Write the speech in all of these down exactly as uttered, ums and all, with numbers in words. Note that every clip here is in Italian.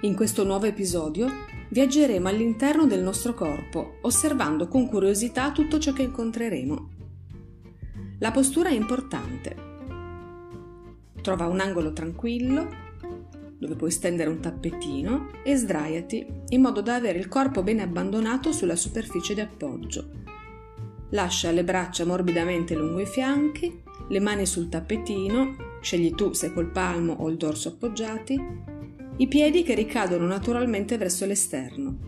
In questo nuovo episodio viaggeremo all'interno del nostro corpo, osservando con curiosità tutto ciò che incontreremo. La postura è importante. Trova un angolo tranquillo, dove puoi stendere un tappetino e sdraiati in modo da avere il corpo bene abbandonato sulla superficie di appoggio. Lascia le braccia morbidamente lungo i fianchi, le mani sul tappetino, scegli tu se col palmo o il dorso appoggiati, i piedi che ricadono naturalmente verso l'esterno.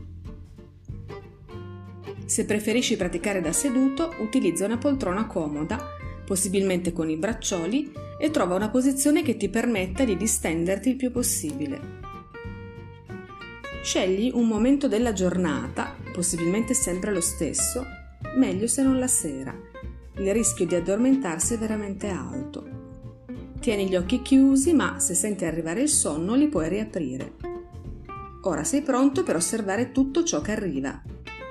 Se preferisci praticare da seduto, utilizza una poltrona comoda, possibilmente con i braccioli, e trova una posizione che ti permetta di distenderti il più possibile. Scegli un momento della giornata, possibilmente sempre lo stesso, meglio se non la sera. Il rischio di addormentarsi è veramente alto. Tieni gli occhi chiusi, ma se senti arrivare il sonno li puoi riaprire. Ora sei pronto per osservare tutto ciò che arriva.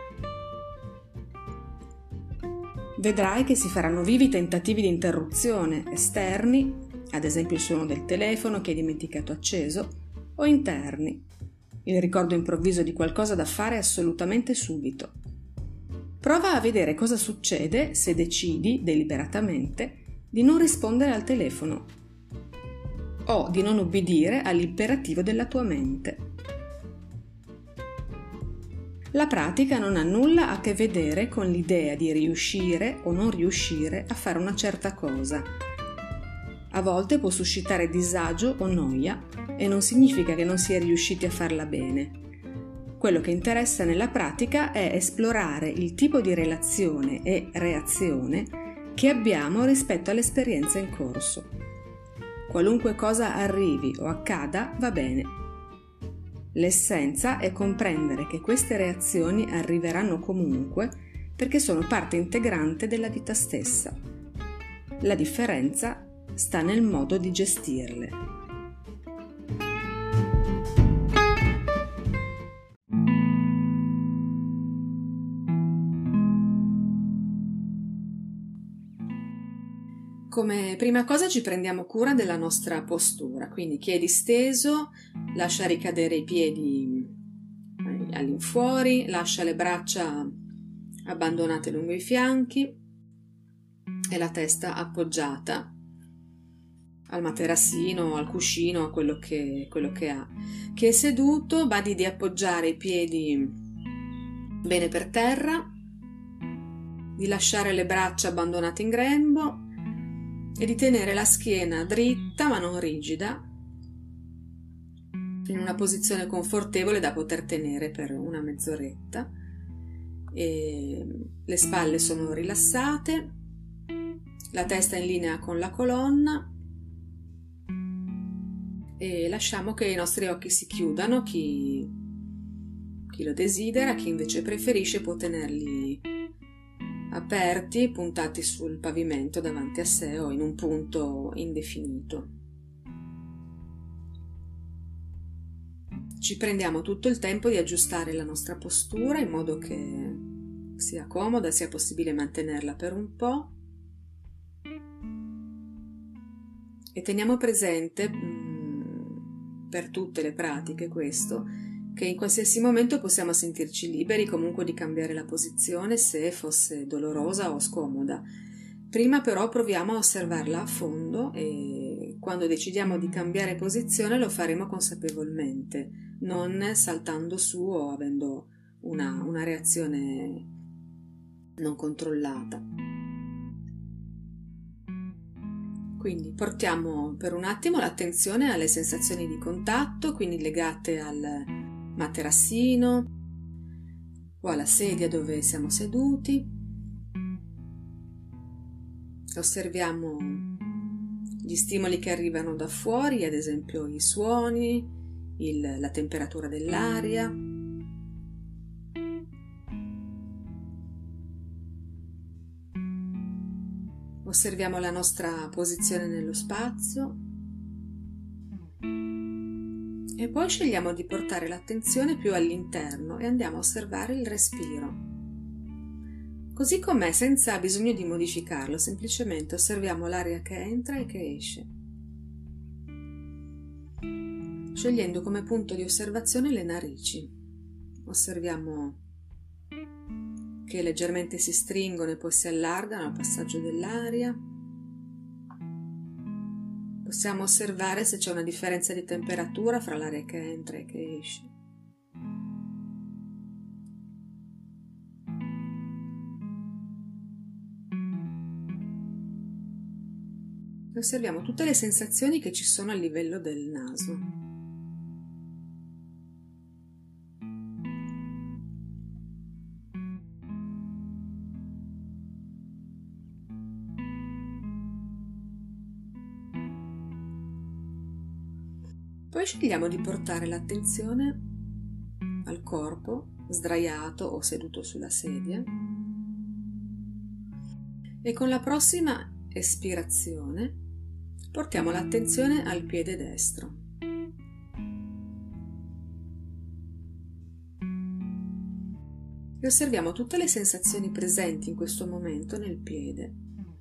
Vedrai che si faranno vivi tentativi di interruzione esterni, ad esempio il suono del telefono che hai dimenticato acceso, o interni, il ricordo improvviso di qualcosa da fare assolutamente subito. Prova a vedere cosa succede se decidi, deliberatamente, di non rispondere al telefono o di non ubbidire all'imperativo della tua mente. La pratica non ha nulla a che vedere con l'idea di riuscire o non riuscire a fare una certa cosa. A volte può suscitare disagio o noia e non significa che non si è riusciti a farla bene. Quello che interessa nella pratica è esplorare il tipo di relazione e reazione che abbiamo rispetto all'esperienza in corso. Qualunque cosa arrivi o accada va bene. L'essenza è comprendere che queste reazioni arriveranno comunque perché sono parte integrante della vita stessa. La differenza sta nel modo di gestirle. Come prima cosa ci prendiamo cura della nostra postura, quindi chiedi steso, lascia ricadere i piedi all'infuori, lascia le braccia abbandonate lungo i fianchi e la testa appoggiata al materassino, al cuscino, a quello che, quello che ha. Chi è seduto, badi di appoggiare i piedi bene per terra, di lasciare le braccia abbandonate in grembo e di tenere la schiena dritta ma non rigida, in una posizione confortevole da poter tenere per una mezz'oretta. E le spalle sono rilassate, la testa in linea con la colonna e lasciamo che i nostri occhi si chiudano. Chi, chi lo desidera, chi invece preferisce può tenerli aperti, puntati sul pavimento davanti a sé o in un punto indefinito. Ci prendiamo tutto il tempo di aggiustare la nostra postura in modo che sia comoda, sia possibile mantenerla per un po', e teniamo presente mh, per tutte le pratiche questo, che in qualsiasi momento possiamo sentirci liberi comunque di cambiare la posizione se fosse dolorosa o scomoda. Prima però proviamo a osservarla a fondo e quando decidiamo di cambiare posizione lo faremo consapevolmente, non saltando su o avendo una, una reazione non controllata. Quindi portiamo per un attimo l'attenzione alle sensazioni di contatto, quindi legate al materassino o alla sedia dove siamo seduti. Osserviamo gli stimoli che arrivano da fuori, ad esempio i suoni, il, la temperatura dell'aria. Osserviamo la nostra posizione nello spazio e poi scegliamo di portare l'attenzione più all'interno e andiamo a osservare il respiro. Così com'è, senza bisogno di modificarlo, semplicemente osserviamo l'aria che entra e che esce. scegliendo come punto di osservazione le narici. Osserviamo che leggermente si stringono e poi si allargano al passaggio dell'aria. Possiamo osservare se c'è una differenza di temperatura fra l'aria che entra e che esce. E osserviamo tutte le sensazioni che ci sono a livello del naso. Poi scegliamo di portare l'attenzione al corpo, sdraiato o seduto sulla sedia, e con la prossima espirazione portiamo l'attenzione al piede destro. E osserviamo tutte le sensazioni presenti in questo momento nel piede.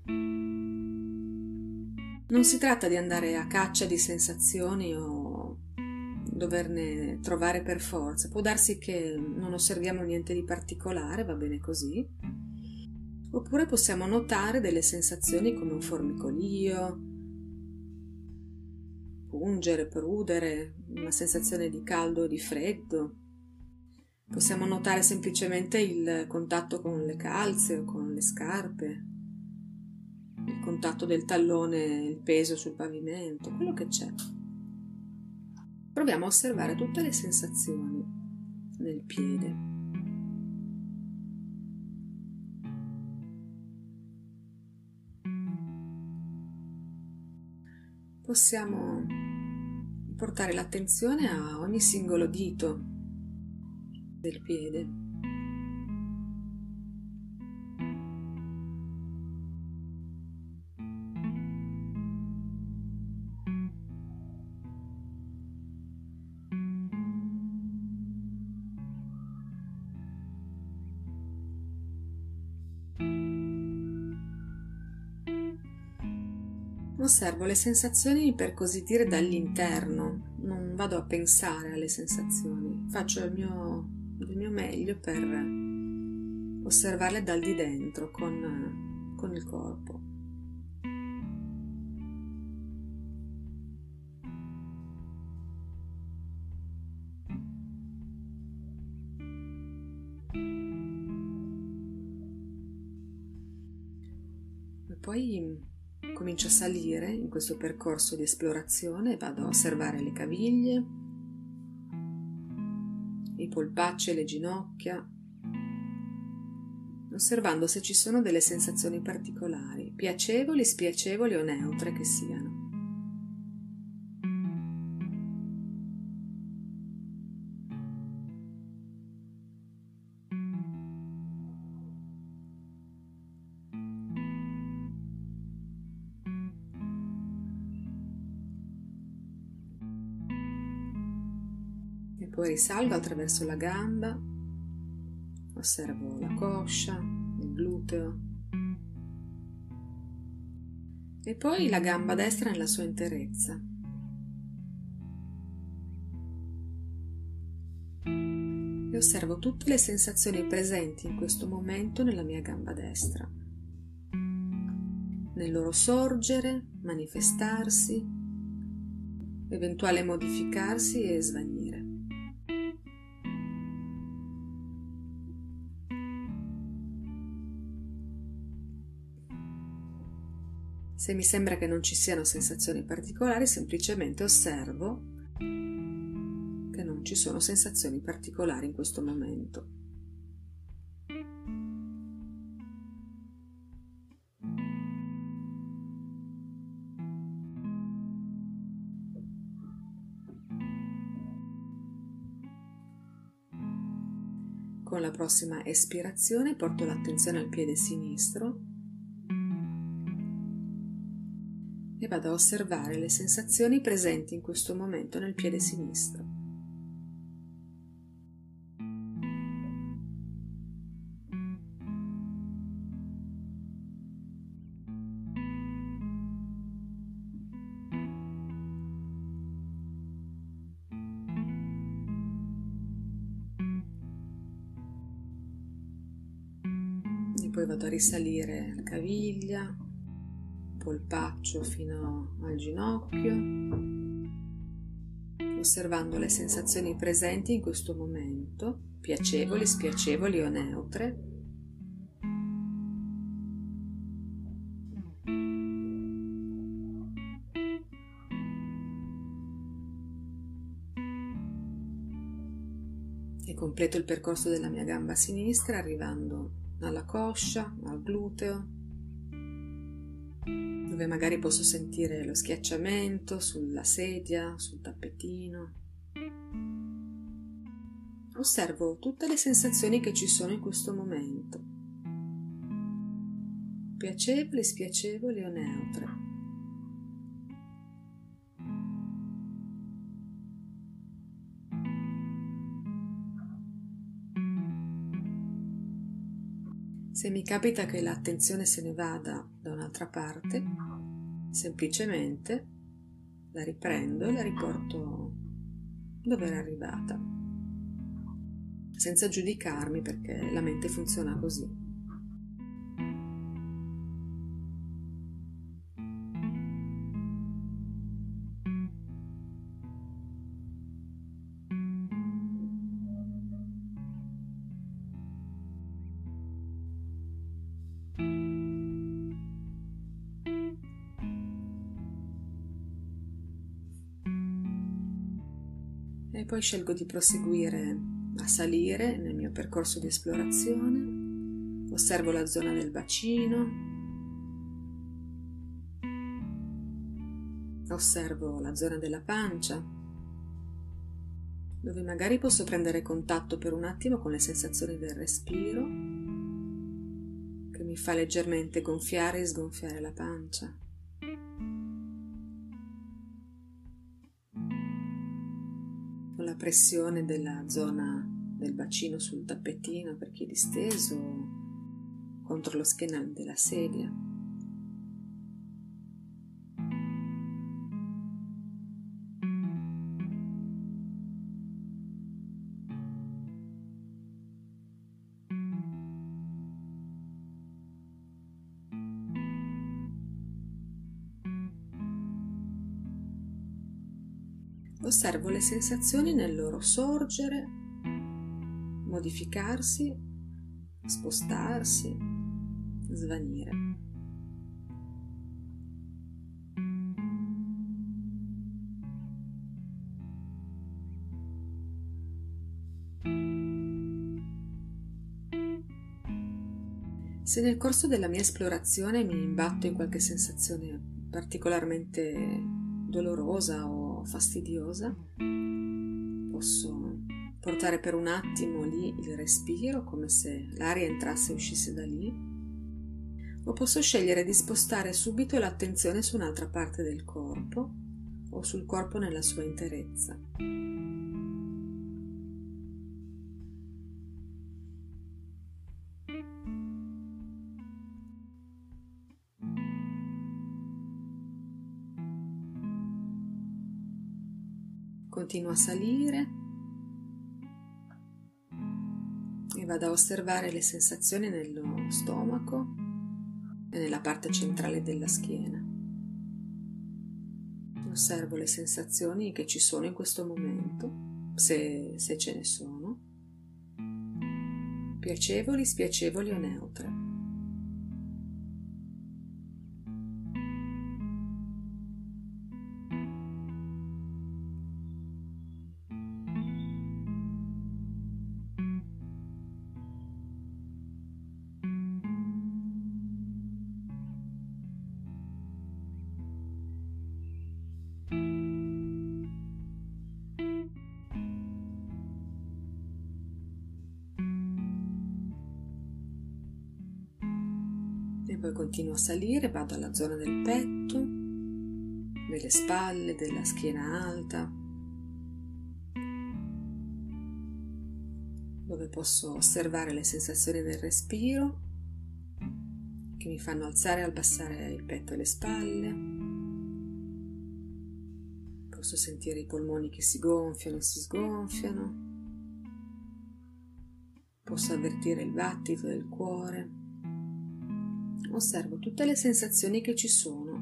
Non si tratta di andare a caccia di sensazioni o doverne trovare per forza. Può darsi che non osserviamo niente di particolare, va bene così. Oppure possiamo notare delle sensazioni come un formicolio, pungere, prudere, una sensazione di caldo o di freddo. Possiamo notare semplicemente il contatto con le calze o con le scarpe, il contatto del tallone, il peso sul pavimento, quello che c'è. Proviamo a osservare tutte le sensazioni nel piede. Possiamo portare l'attenzione a ogni singolo dito del piede. Osservo le sensazioni per così dire dall'interno, non vado a pensare alle sensazioni, faccio il mio, il mio meglio per osservarle dal di dentro con, con il corpo. E poi comincio a salire in questo percorso di esplorazione e vado a osservare le caviglie, i polpacci e le ginocchia, osservando se ci sono delle sensazioni particolari, piacevoli, spiacevoli o neutre che siano. Poi risalgo attraverso la gamba, osservo la coscia, il gluteo e poi la gamba destra nella sua interezza. E osservo tutte le sensazioni presenti in questo momento nella mia gamba destra, nel loro sorgere, manifestarsi, eventuale modificarsi e svanire. Se mi sembra che non ci siano sensazioni particolari, semplicemente osservo che non ci sono sensazioni particolari in questo momento. Con la prossima espirazione porto l'attenzione al piede sinistro e vado a osservare le sensazioni presenti in questo momento nel piede sinistro. Poi vado a risalire la caviglia, polpaccio fino al ginocchio, osservando le sensazioni presenti in questo momento, piacevoli, spiacevoli o neutre. E completo il percorso della mia gamba sinistra arrivando alla coscia, al gluteo, dove magari posso sentire lo schiacciamento sulla sedia, sul tappetino. Osservo tutte le sensazioni che ci sono in questo momento, piacevoli, spiacevoli o neutre. Se mi capita che l'attenzione se ne vada da un'altra parte, semplicemente la riprendo e la riporto dove era arrivata, senza giudicarmi, perché la mente funziona così. E poi scelgo di proseguire a salire nel mio percorso di esplorazione. Osservo la zona del bacino, osservo la zona della pancia, dove magari posso prendere contatto per un attimo con le sensazioni del respiro, che mi fa leggermente gonfiare e sgonfiare la pancia. La pressione della zona del bacino sul tappetino per chi è disteso, contro lo schienale della sedia. Osservo le sensazioni nel loro sorgere, modificarsi, spostarsi, svanire. Se nel corso della mia esplorazione mi imbatto in qualche sensazione particolarmente dolorosa o fastidiosa, posso portare per un attimo lì il respiro, come se l'aria entrasse e uscisse da lì, o posso scegliere di spostare subito l'attenzione su un'altra parte del corpo o sul corpo nella sua interezza. Continuo a salire e vado a osservare le sensazioni nello stomaco e nella parte centrale della schiena. Osservo le sensazioni che ci sono in questo momento, se, se ce ne sono, piacevoli, spiacevoli o neutre. E poi continuo a salire, vado alla zona del petto, delle spalle, della schiena alta, dove posso osservare le sensazioni del respiro che mi fanno alzare e abbassare il petto e le spalle. Posso sentire i polmoni che si gonfiano e si sgonfiano. Posso avvertire il battito del cuore. Osservo tutte le sensazioni che ci sono.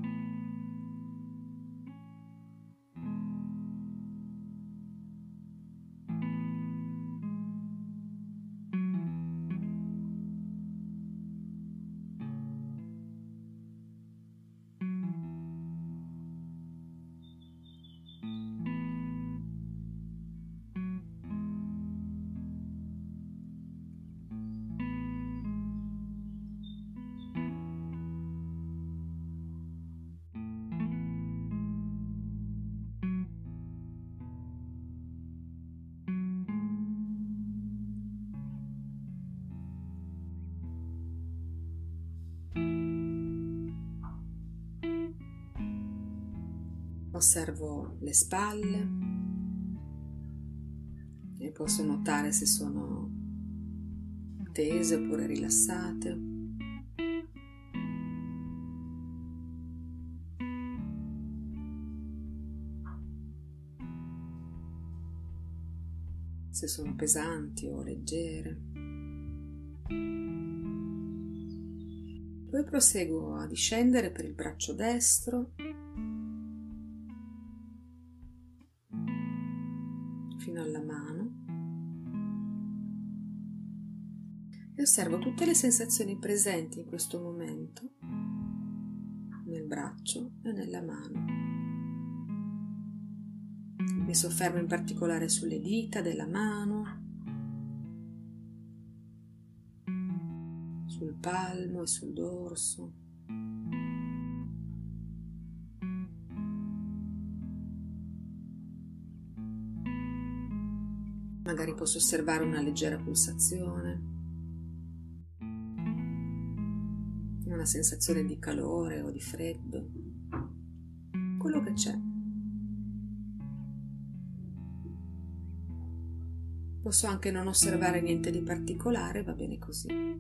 Osservo le spalle e posso notare se sono tese oppure rilassate. Se sono pesanti o leggere. Poi proseguo a discendere per il braccio destro fino alla mano e osservo tutte le sensazioni presenti in questo momento nel braccio e nella mano. Mi soffermo in particolare sulle dita della mano, sul palmo e sul dorso. Magari posso osservare una leggera pulsazione, una sensazione di calore o di freddo, quello che c'è. Posso anche non osservare niente di particolare, va bene così.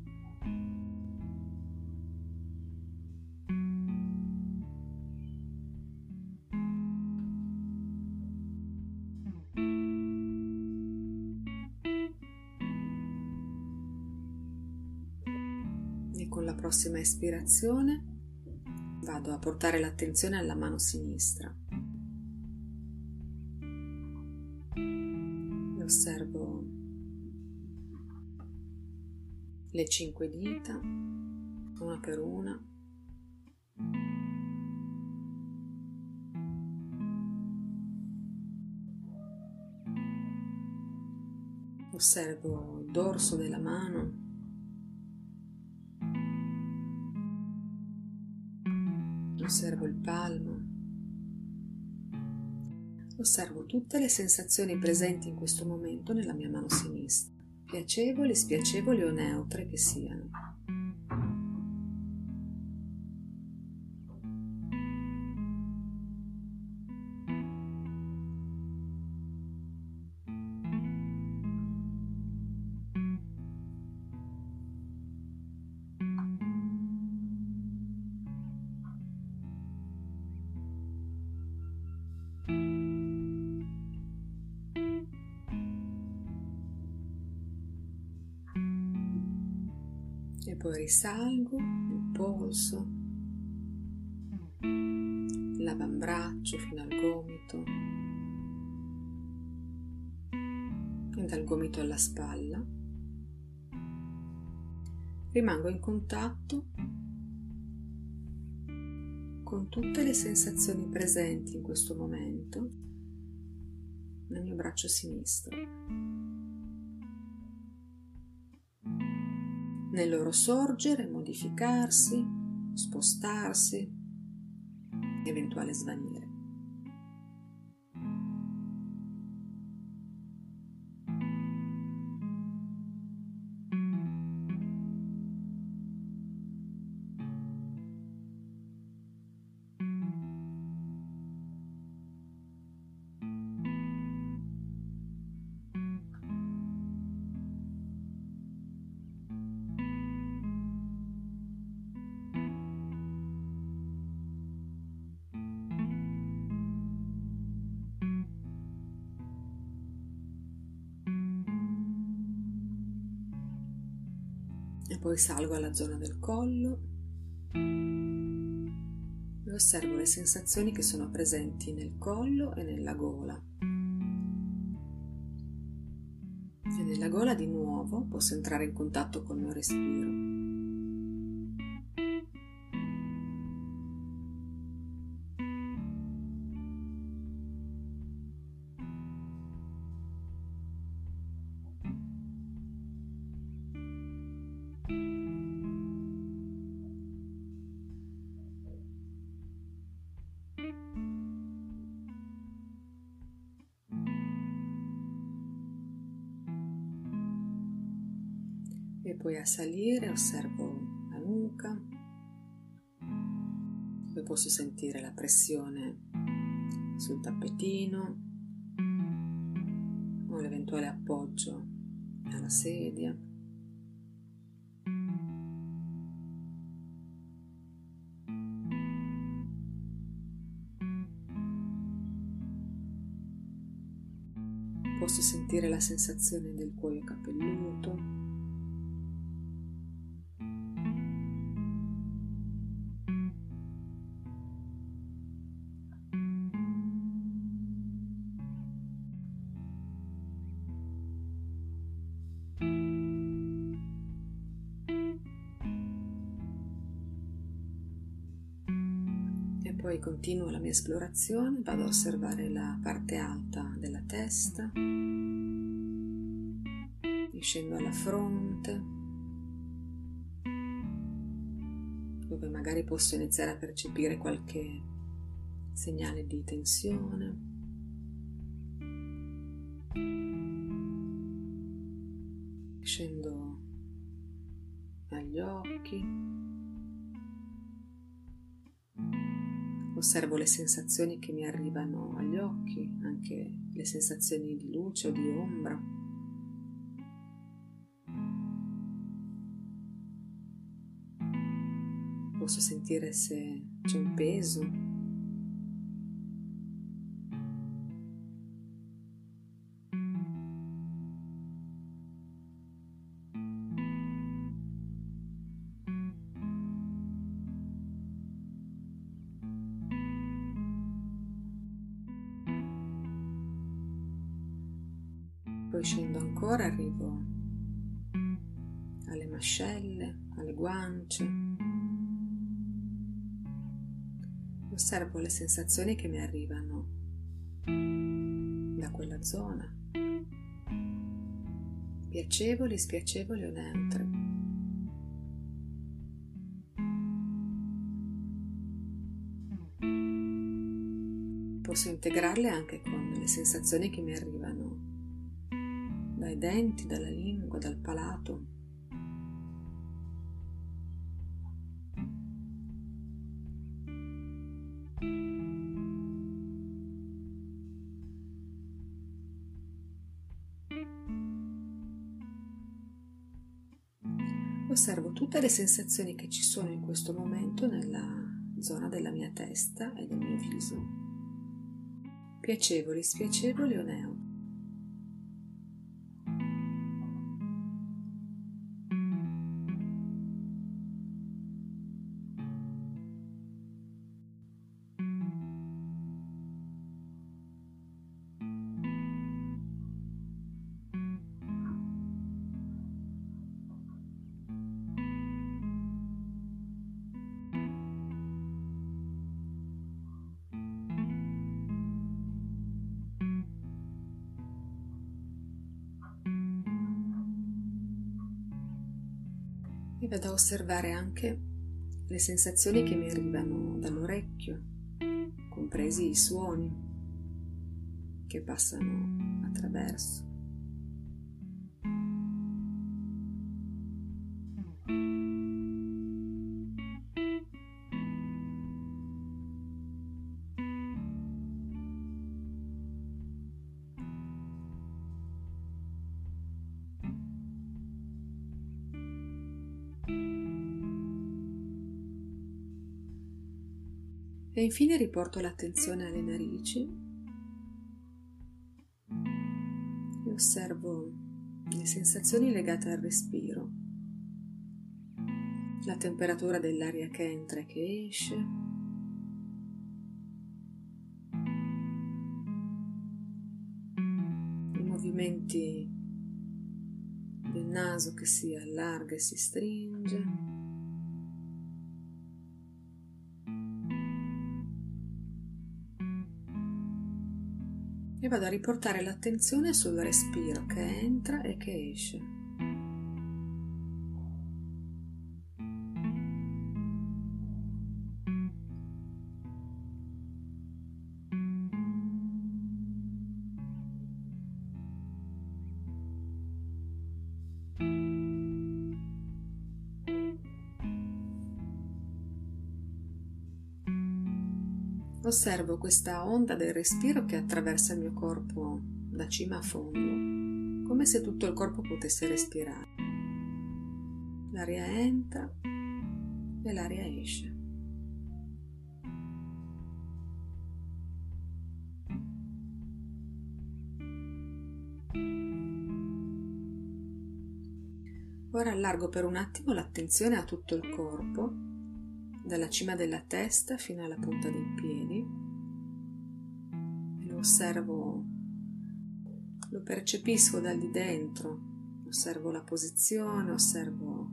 E con la prossima espirazione vado a portare l'attenzione alla mano sinistra. Osservo le cinque dita, una per una. Osservo il dorso della mano. Osservo il palmo. Osservo tutte le sensazioni presenti in questo momento nella mia mano sinistra, piacevoli, spiacevoli o neutre che siano. E poi risalgo il polso, l'avambraccio fino al gomito e dal gomito alla spalla. Rimango in contatto con tutte le sensazioni presenti in questo momento nel mio braccio sinistro, nel loro sorgere, modificarsi, spostarsi, eventuale svanire. E poi salgo alla zona del collo, osservo le sensazioni che sono presenti nel collo e nella gola. E nella gola di nuovo posso entrare in contatto col mio respiro. E poi a salire osservo la nuca, dove posso sentire la pressione sul tappetino o l'eventuale appoggio alla sedia. Posso sentire la sensazione del cuoio capelluto. E poi continuo la mia esplorazione, vado a osservare la parte alta della testa, scendo alla fronte, dove magari posso iniziare a percepire qualche segnale di tensione. Scendo agli occhi. Osservo le sensazioni che mi arrivano agli occhi, anche le sensazioni di luce o di ombra. Posso sentire se c'è un peso. Poi scendo ancora, arrivo alle mascelle, alle guance. Osservo le sensazioni che mi arrivano da quella zona, piacevoli, spiacevoli o neutre. Posso integrarle anche con le sensazioni che mi arrivano dai denti, dalla lingua, dal palato. Osservo tutte le sensazioni che ci sono in questo momento nella zona della mia testa e del mio viso, piacevoli, spiacevoli o neutri. E vado a osservare anche le sensazioni che mi arrivano dall'orecchio, compresi i suoni che passano attraverso. E infine riporto l'attenzione alle narici e osservo le sensazioni legate al respiro, la temperatura dell'aria che entra e che esce, senti il naso che si allarga e si stringe. E vado a riportare l'attenzione sul respiro che entra e che esce. Osservo questa onda del respiro che attraversa il mio corpo da cima a fondo, come se tutto il corpo potesse respirare. L'aria entra e l'aria esce. Ora allargo per un attimo l'attenzione a tutto il corpo, dalla cima della testa fino alla punta dei piedi, e lo osservo, lo percepisco da lì dentro, osservo la posizione, osservo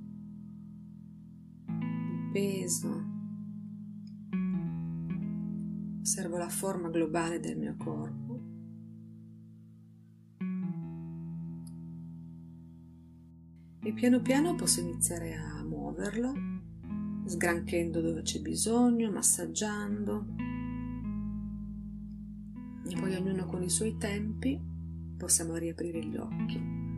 il peso, osservo la forma globale del mio corpo. E piano piano posso iniziare a muoverlo, sgranchendo dove c'è bisogno, massaggiando, e poi ognuno con i suoi tempi possiamo riaprire gli occhi.